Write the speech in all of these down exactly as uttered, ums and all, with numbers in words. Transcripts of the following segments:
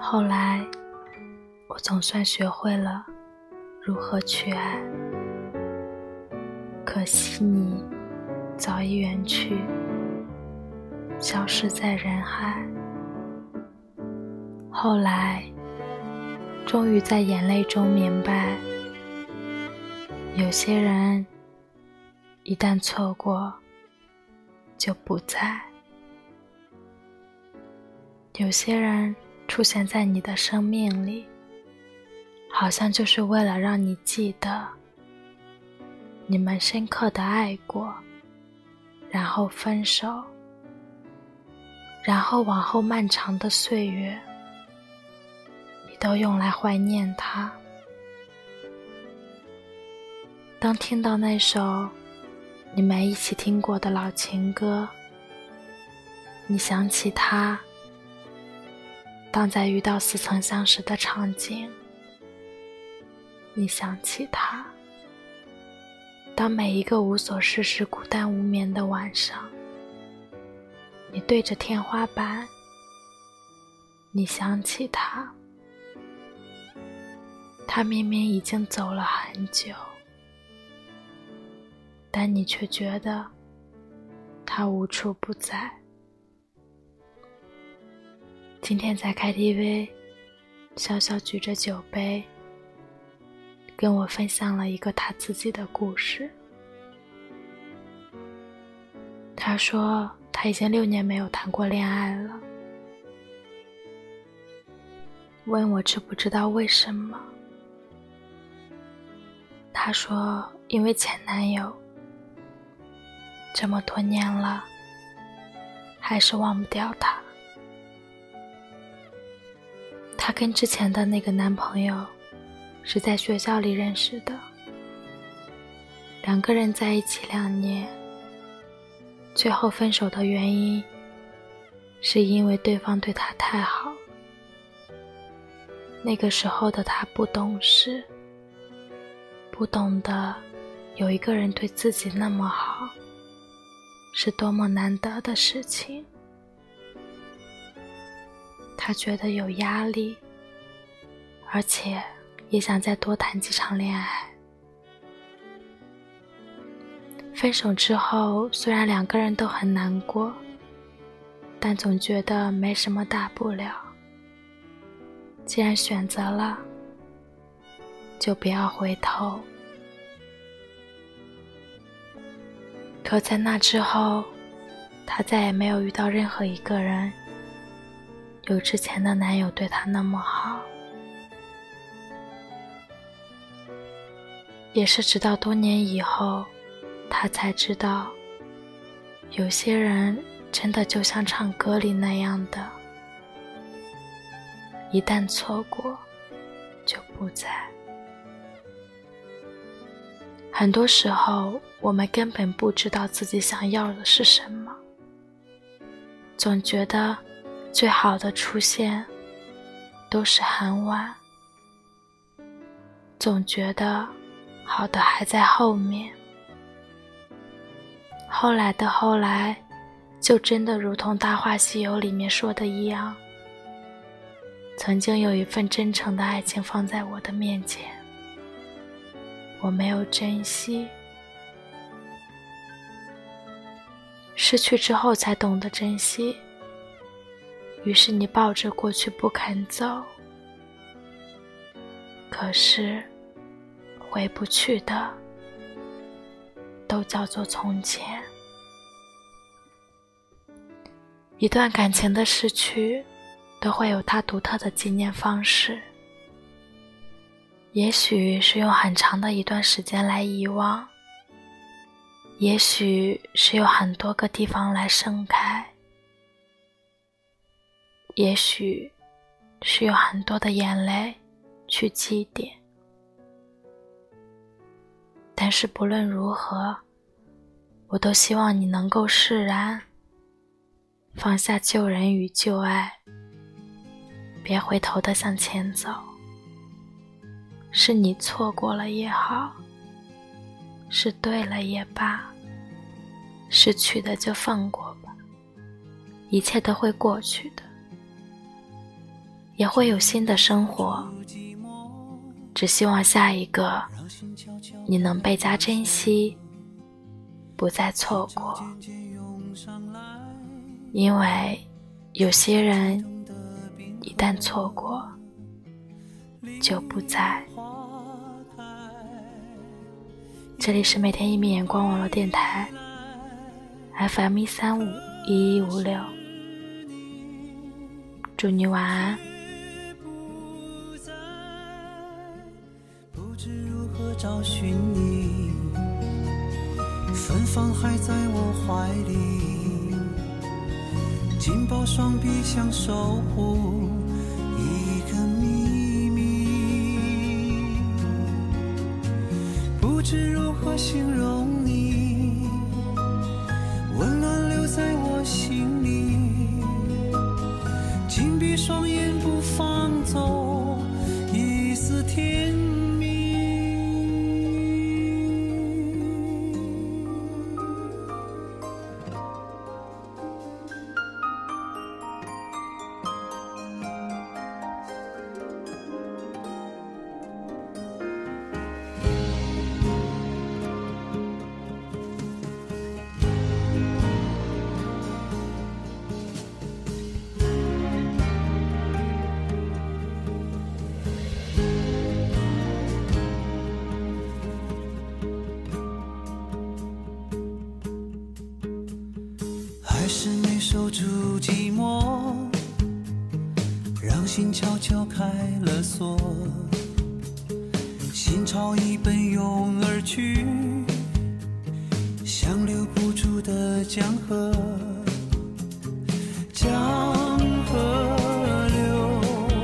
后来我总算学会了如何去爱，可惜你早已远去，消失在人海。后来终于在眼泪中明白，有些人一旦错过就不在，有些人出现在你的生命里，好像就是为了让你记得你们深刻的爱过，然后分手，然后往后漫长的岁月你都用来怀念他。当听到那首你们一起听过的老情歌，你想起他，当在遇到似曾相识的场景，你想起他，当每一个无所事事孤单无眠的晚上，你对着天花板，你想起他，他明明已经走了很久，但你却觉得他无处不在。今天在 K T V， 潇潇举着酒杯跟我分享了一个他自己的故事。他说他已经六年没有谈过恋爱了，问我知不知道为什么。他说因为前男友，这么多年了还是忘不掉他。她跟之前的那个男朋友是在学校里认识的，两个人在一起两年，最后分手的原因是因为对方对她太好。那个时候的她不懂事，不懂得有一个人对自己那么好是多么难得的事情。她觉得有压力，而且也想再多谈几场恋爱。分手之后，虽然两个人都很难过，但总觉得没什么大不了。既然选择了，就不要回头。可在那之后，她再也没有遇到任何一个人有之前的男友对她那么好。也是直到多年以后，她才知道，有些人真的就像唱歌里那样的，一旦错过就不在。很多时候我们根本不知道自己想要的是什么，总觉得最好的出现都是很晚，总觉得好的还在后面。后来的后来，就真的如同《大话西游》里面说的一样，曾经有一份真诚的爱情放在我的面前，我没有珍惜，失去之后才懂得珍惜。于是你抱着过去不肯走，可是回不去的都叫做从前。一段感情的失去都会有它独特的纪念方式，也许是用很长的一段时间来遗忘，也许是有很多个地方来盛开，也许是有很多的眼泪去祭奠。但是不论如何，我都希望你能够释然，放下旧人与旧爱，别回头的向前走。是你错过了也好，是对了也罢，失去的就放过吧，一切都会过去的。 也会有新的生活。只希望下一个你能倍加珍惜，不再错过。因为有些人一旦错过就不在。这里是每天一米阳光网络电台 F M 一三五一一五六，祝你晚安。 不知如何找寻你，芬芳还在我怀里，紧抱双臂想守护一个秘密。不知如何形容你，温暖留在我心里，紧闭双眼不放走一丝甜蜜。还是没守住寂寞，让心悄悄开了锁，心潮已奔涌而去，像留不住的江河。江河流，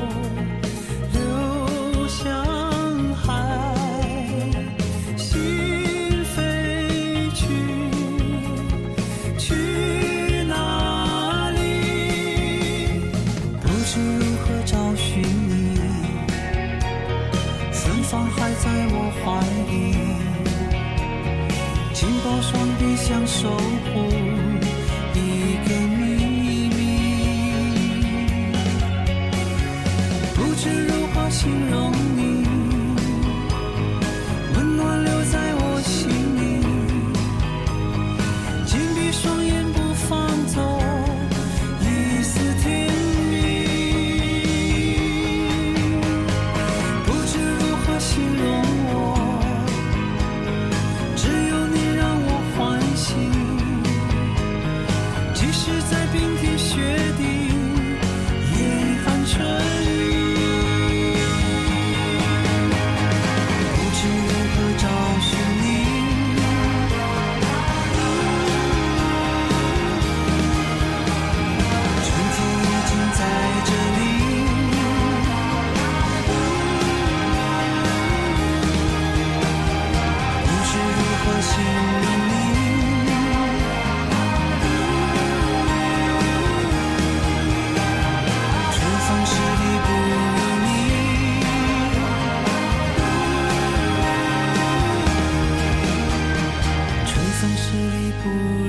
流向海，心飞去，去芳还在我怀里，紧抱双臂想守护一个秘密。不知如何形容你，温暖留在我心里，紧闭双眼不放走一丝甜蜜。形容我，只有你让我欢喜，即使在冰天雪地严寒春雨。不知如何找寻你，春天已经在这里，形容你，春风十里不如你，春风十里不如你。